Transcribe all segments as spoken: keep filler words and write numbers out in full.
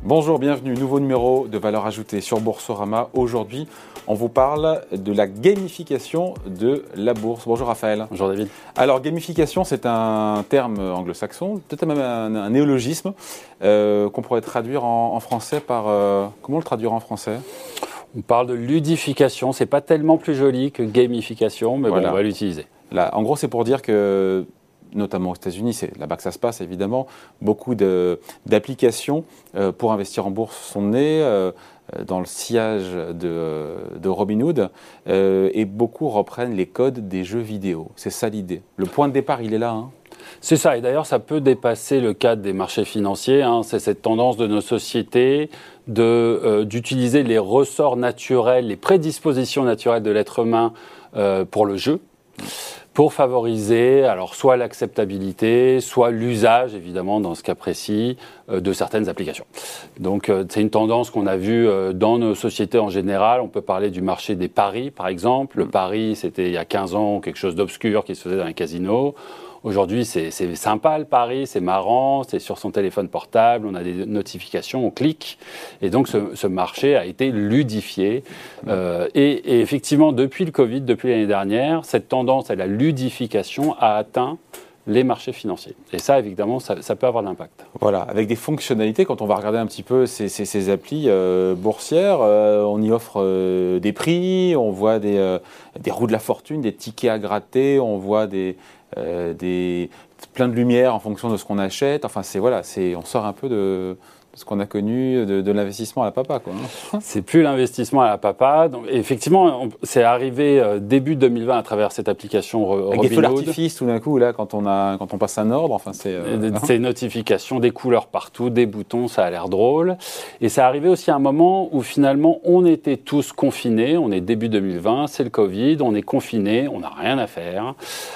Bonjour, bienvenue, nouveau numéro de Valeurs Ajoutées sur Boursorama. Aujourd'hui, on vous parle de la gamification de la bourse. Bonjour Raphaël. Bonjour David. Alors, gamification, c'est un terme anglo-saxon, peut-être même un, un néologisme euh, qu'on pourrait traduire en, en français par... Euh, comment le traduire en français ? On parle de ludification, c'est pas tellement plus joli que gamification, mais voilà. Bon, on va l'utiliser. Là, en gros, c'est pour dire que, notamment aux États-Unis, c'est là-bas que ça se passe évidemment, beaucoup de, d'applications euh, pour investir en bourse sont nées euh, dans le sillage de, de Robinhood euh, et beaucoup reprennent les codes des jeux vidéo. C'est ça l'idée. Le point de départ, il est là. Hein. C'est ça, et d'ailleurs ça peut dépasser le cadre des marchés financiers, hein. C'est cette tendance de nos sociétés de, euh, d'utiliser les ressorts naturels, les prédispositions naturelles de l'être humain euh, pour le jeu, pour favoriser alors soit l'acceptabilité, soit l'usage, évidemment, dans ce cas précis, euh, de certaines applications. Donc euh, c'est une tendance qu'on a vue euh, dans nos sociétés en général. On peut parler du marché des paris, par exemple. Le pari, c'était il y a quinze ans quelque chose d'obscur qui se faisait dans un casino. Aujourd'hui, c'est, c'est sympa le pari, c'est marrant, c'est sur son téléphone portable, on a des notifications, on clique. Et donc, ce, ce marché a été ludifié. Euh, et, et effectivement, depuis le Covid, depuis l'année dernière, cette tendance à la ludification a atteint les marchés financiers. Et ça, évidemment, ça, ça peut avoir de l'impact. Voilà, avec des fonctionnalités, quand on va regarder un petit peu ces, ces, ces applis euh, boursières, euh, on y offre euh, des prix, on voit des, euh, des roues de la fortune, des tickets à gratter, on voit des, euh, des, plein de lumière en fonction de ce qu'on achète. Enfin, c'est, voilà, c'est, on sort un peu de... ce qu'on a connu de, de l'investissement à la papa, quoi. C'est plus l'investissement à la papa. Donc, effectivement, on, c'est arrivé euh, début deux mille vingt à travers cette application Robinhood. Avec des feux d'artifice, tout d'un coup, là, quand on, a, quand on passe un ordre, enfin, c'est... Euh, Ces notifications, des couleurs partout, des boutons, ça a l'air drôle. Et c'est arrivé aussi à un moment où, finalement, on était tous confinés. On est début deux mille vingt, c'est le Covid, on est confinés, on n'a rien à faire.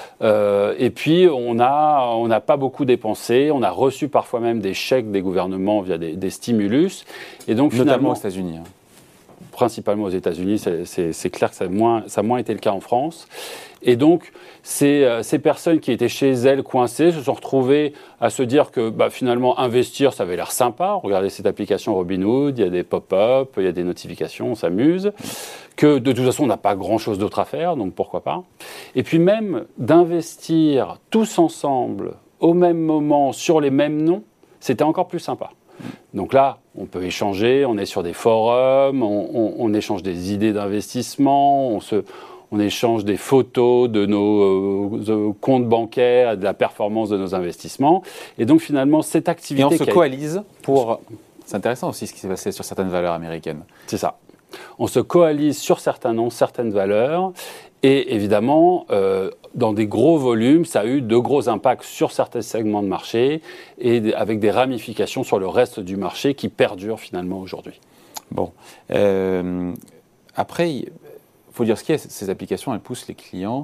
Euh, et puis, on n'a on n'a pas beaucoup dépensé. On a reçu parfois même des chèques des gouvernements via des, des stimulus. Et donc, notamment finalement, aux États-Unis. Hein. Principalement aux États-Unis, c'est, c'est, c'est clair que ça a, moins, ça a moins été le cas en France. Et donc, ces, ces personnes qui étaient chez elles coincées se sont retrouvées à se dire que bah, finalement, investir, ça avait l'air sympa. Regardez cette application Robinhood, il y a des pop-up, il y a des notifications, on s'amuse. Que de toute façon, on n'a pas grand-chose d'autre à faire, donc pourquoi pas. Et puis même, d'investir tous ensemble, au même moment, sur les mêmes noms, c'était encore plus sympa. Donc là, on peut échanger, on est sur des forums, on, on, on échange des idées d'investissement, on, se, on échange des photos de nos euh, comptes bancaires, de la performance de nos investissements. Et donc finalement, cette activité... Et on se coalise pour... C'est intéressant aussi ce qui s'est passé sur certaines valeurs américaines. C'est ça. On se coalise sur certains noms, certaines valeurs. Et évidemment, euh, dans des gros volumes, ça a eu de gros impacts sur certains segments de marché et avec des ramifications sur le reste du marché qui perdurent finalement aujourd'hui. Bon. Euh, après, il faut dire ce qu'il y a, ces applications, elles poussent les clients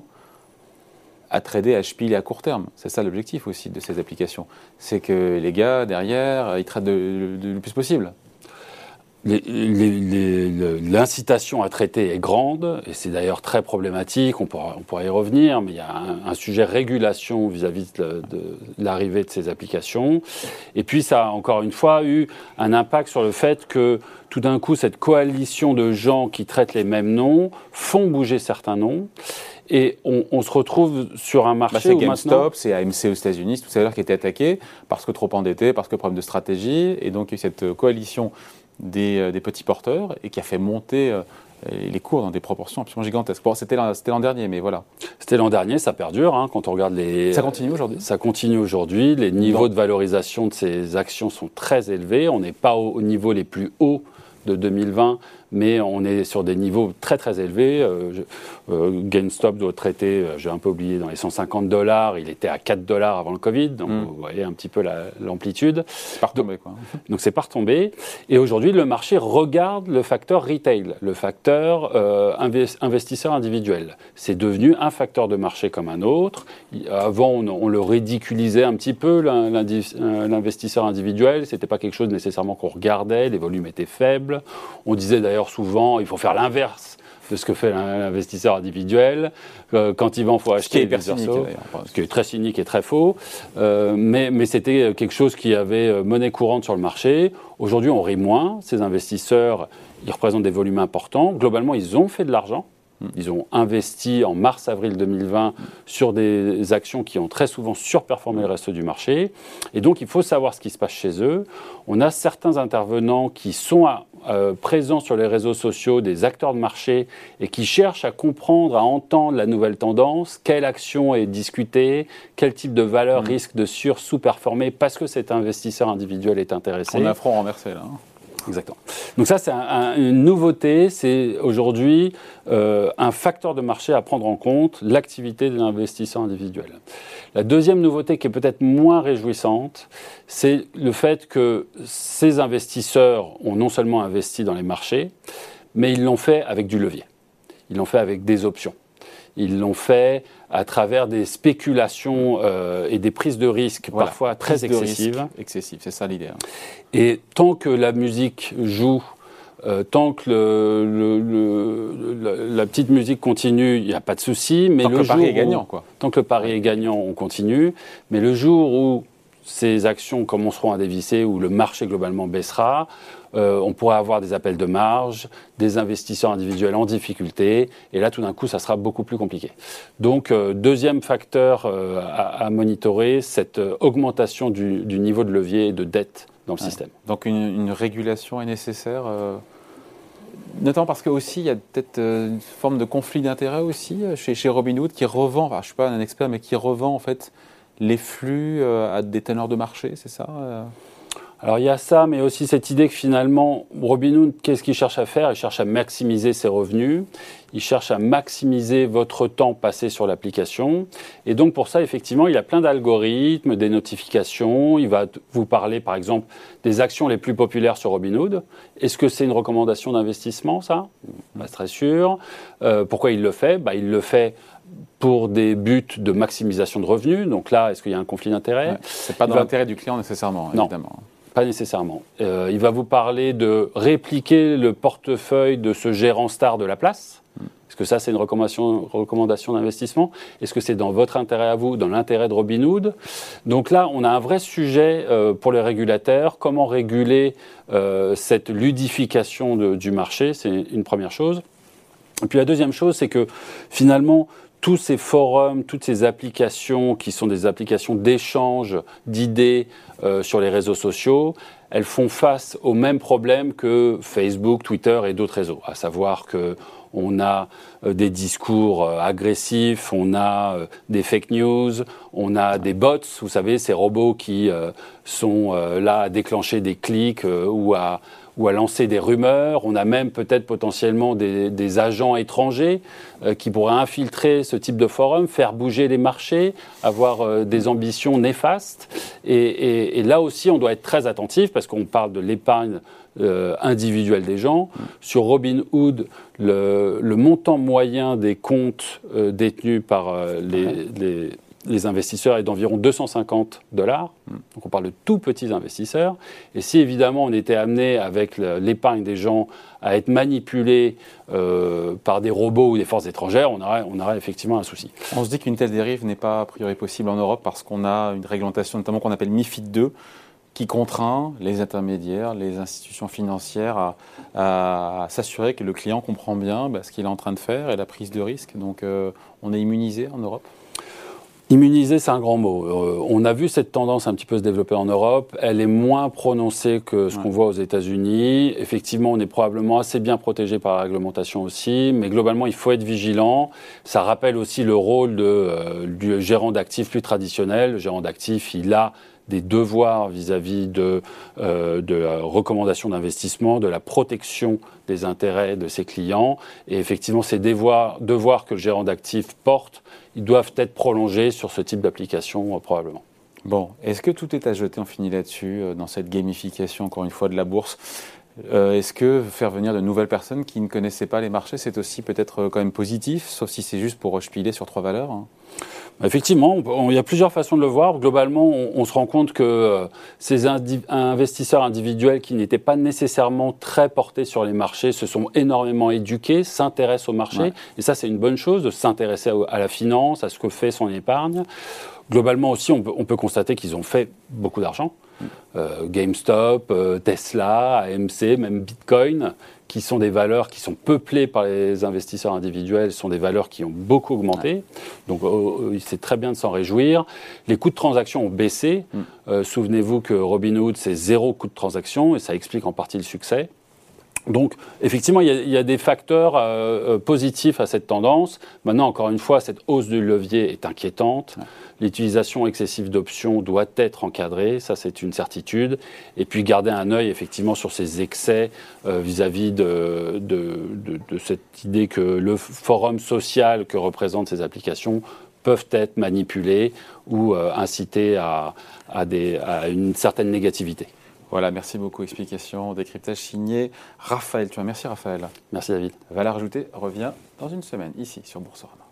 à trader, à spiler à court terme. C'est ça l'objectif aussi de ces applications. C'est que les gars, derrière, ils tradent de, de, le plus possible. Les, les, les, l'incitation à traiter est grande, et c'est d'ailleurs très problématique, on pourra, on pourra y revenir, mais il y a un, un sujet régulation vis-à-vis de, de l'arrivée de ces applications. Et puis ça a encore une fois eu un impact sur le fait que tout d'un coup, cette coalition de gens qui traitent les mêmes noms font bouger certains noms. Et on, on se retrouve sur un marché bah c'est où GameStop, maintenant... c'est A M C aux États-Unis, tout ça qui était attaqué parce que trop endetté, parce que problème de stratégie, et donc il y a eu cette coalition Des, euh, des petits porteurs et qui a fait monter euh, les cours dans des proportions absolument gigantesques. Bon, c'était, l'an, c'était l'an dernier, mais voilà. C'était l'an dernier, ça perdure, hein, quand on regarde les... Ça continue aujourd'hui ? Ça continue aujourd'hui. Les niveaux bon. de valorisation de ces actions sont très élevés. On n'est pas au, au niveau les plus hauts de deux mille vingt, mais on est sur des niveaux très très élevés. Euh, je, euh, GameStop doit traiter, euh, j'ai un peu oublié, dans les cent cinquante dollars. Il était à quatre dollars avant le Covid, donc mm. vous voyez un petit peu la, l'amplitude. C'est pas retombé, quoi. Donc c'est pas retombé. Et aujourd'hui, le marché regarde le facteur retail, le facteur euh, invest- investisseur individuel. C'est devenu un facteur de marché comme un autre. Avant, on, on le ridiculisait un petit peu, l'investisseur individuel. C'était pas quelque chose nécessairement qu'on regardait. Les volumes étaient faibles. On disait d'ailleurs souvent, il faut faire l'inverse. de ce que fait l'investisseur individuel. Euh, quand il vend, il faut acheter des sursaut, ce qui est très cynique et très faux. Euh, mais mais c'était quelque chose qui avait monnaie courante sur le marché. Aujourd'hui, on rit moins. Ces investisseurs, ils représentent des volumes importants. Globalement, ils ont fait de l'argent. Ils ont investi en mars-avril deux mille vingt sur des actions qui ont très souvent surperformé le reste du marché. Et donc, il faut savoir ce qui se passe chez eux. On a certains intervenants qui sont euh, présents sur les réseaux sociaux, des acteurs de marché, et qui cherchent à comprendre, à entendre la nouvelle tendance, quelle action est discutée, quel type de valeur mmh. risque de sur-sous-performer parce que cet investisseur individuel est intéressé. On a front renversé, là. Exactement. Donc ça, c'est un, un, une nouveauté. C'est aujourd'hui euh, un facteur de marché à prendre en compte, l'activité de l'investisseur individuel. La deuxième nouveauté qui est peut-être moins réjouissante, c'est le fait que ces investisseurs ont non seulement investi dans les marchés, mais ils l'ont fait avec du levier. Ils l'ont fait avec des options. Ils l'ont fait à travers des spéculations euh, et des prises de risques voilà, parfois très excessives. Excessives, c'est ça l'idée. Hein. Et tant que la musique joue, euh, tant que le, le, le, le, la petite musique continue, il n'y a pas de souci. Mais tant le que le jour pari est où, gagnant, quoi. Tant que le pari est gagnant, on continue. Mais le jour où ces actions commenceront à dévisser, où le marché globalement baissera, euh, on pourra avoir des appels de marge, des investisseurs individuels en difficulté, et là tout d'un coup ça sera beaucoup plus compliqué. Donc euh, deuxième facteur euh, à, à monitorer, cette euh, augmentation du, du niveau de levier et de dette dans le ouais. système. Donc une, une régulation est nécessaire euh... Notamment parce qu'aussi, il y a peut-être une forme de conflit d'intérêts aussi chez, chez Robinhood qui revend, enfin, je ne suis pas un expert, mais qui revend en fait les flux à des teneurs de marché, c'est ça ? Alors il y a ça, mais aussi cette idée que finalement, Robinhood, qu'est-ce qu'il cherche à faire ? Il cherche à maximiser ses revenus, il cherche à maximiser votre temps passé sur l'application. Et donc pour ça, effectivement, il a plein d'algorithmes, des notifications. Il va vous parler, par exemple, des actions les plus populaires sur Robinhood. Est-ce que c'est une recommandation d'investissement, ça ? Pas très sûr. Euh, pourquoi il le fait ? Bah, il le fait pour des buts de maximisation de revenus. Donc là, est-ce qu'il y a un conflit d'intérêt ? ouais, c'est pas dans va... l'intérêt du client nécessairement, non. évidemment. Pas nécessairement. Euh, il va vous parler de répliquer le portefeuille de ce gérant star de la place. Est-ce que ça, c'est une recommandation, recommandation d'investissement ? Est-ce que c'est dans votre intérêt à vous, dans l'intérêt de Robinhood ? Donc là, on a un vrai sujet euh, pour les régulateurs. Comment réguler euh, cette ludification de, du marché ? C'est une première chose. Et puis la deuxième chose, c'est que finalement, tous ces forums, toutes ces applications qui sont des applications d'échange d'idées euh, sur les réseaux sociaux, elles font face aux mêmes problèmes que Facebook, Twitter et d'autres réseaux, à savoir que on a euh, des discours euh, agressifs, on a euh, des fake news, on a des bots, vous savez, ces robots qui euh, sont euh, là à déclencher des clics euh, ou à ou à lancer des rumeurs. On a même peut-être potentiellement des, des agents étrangers euh, qui pourraient infiltrer ce type de forum, faire bouger les marchés, avoir euh, des ambitions néfastes. Et, et, et là aussi, on doit être très attentif parce qu'on parle de l'épargne euh, individuelle des gens. Mmh. Sur Robinhood, le, le montant moyen des comptes euh, détenus par euh, les, ouais. les les investisseurs est d'environ deux cent cinquante dollars. Donc on parle de tout petits investisseurs. Et si évidemment on était amené avec l'épargne des gens à être manipulé euh, par des robots ou des forces étrangères, on aurait, on aurait effectivement un souci. On se dit qu'une telle dérive n'est pas a priori possible en Europe parce qu'on a une réglementation notamment qu'on appelle MiFID deux qui contraint les intermédiaires, les institutions financières à, à, à s'assurer que le client comprend bien bah, ce qu'il est en train de faire et la prise de risque. Donc euh, on est immunisé en Europe ? Immunisé, c'est un grand mot. Euh, on a vu cette tendance un petit peu se développer en Europe. Elle est moins prononcée que ce ouais. qu'on voit aux États-Unis. Effectivement, on est probablement assez bien protégé par la réglementation aussi, mais globalement, il faut être vigilant. Ça rappelle aussi le rôle de, euh, du gérant d'actifs plus traditionnel. Le gérant d'actifs, il a des devoirs vis-à-vis de, euh, de la recommandation d'investissement, de la protection des intérêts de ses clients. Et effectivement, ces devoirs, devoirs que le gérant d'actifs porte, ils doivent être prolongés sur ce type d'application, euh, probablement. Bon, est-ce que tout est à jeter, on finit là-dessus, euh, dans cette gamification, encore une fois, de la bourse ? euh, Est-ce que faire venir de nouvelles personnes qui ne connaissaient pas les marchés, c'est aussi peut-être euh, quand même positif, sauf si c'est juste pour respiler sur trois valeurs, hein ? Effectivement, il y a plusieurs façons de le voir. Globalement, on, on se rend compte que euh, ces indi- investisseurs individuels qui n'étaient pas nécessairement très portés sur les marchés se sont énormément éduqués, s'intéressent au marché. Ouais. Et ça, c'est une bonne chose, de s'intéresser à, à la finance, à ce que fait son épargne. Globalement aussi, on peut, on peut constater qu'ils ont fait beaucoup d'argent. Euh, GameStop, euh, Tesla, A M C, même Bitcoin, qui sont des valeurs qui sont peuplées par les investisseurs individuels, sont des valeurs qui ont beaucoup augmenté. Ouais. Donc, euh, c'est très bien de s'en réjouir. Les coûts de transaction ont baissé. Mm. Euh, souvenez-vous que Robinhood, c'est zéro coût de transaction, et ça explique en partie le succès. Donc, effectivement, il y a, il y a des facteurs euh, positifs à cette tendance. Maintenant, encore une fois, cette hausse du levier est inquiétante. Ouais. L'utilisation excessive d'options doit être encadrée, ça c'est une certitude. Et puis garder un œil effectivement sur ces excès euh, vis-à-vis de, de, de, de cette idée que le forum social que représentent ces applications peuvent être manipulés ou euh, incités à, à, des, à une certaine négativité. Voilà, merci beaucoup. Explication, décryptage signé Raphaël Thuin. Merci Raphaël. Merci David. Valeur ajoutée revient dans une semaine ici sur Boursorama.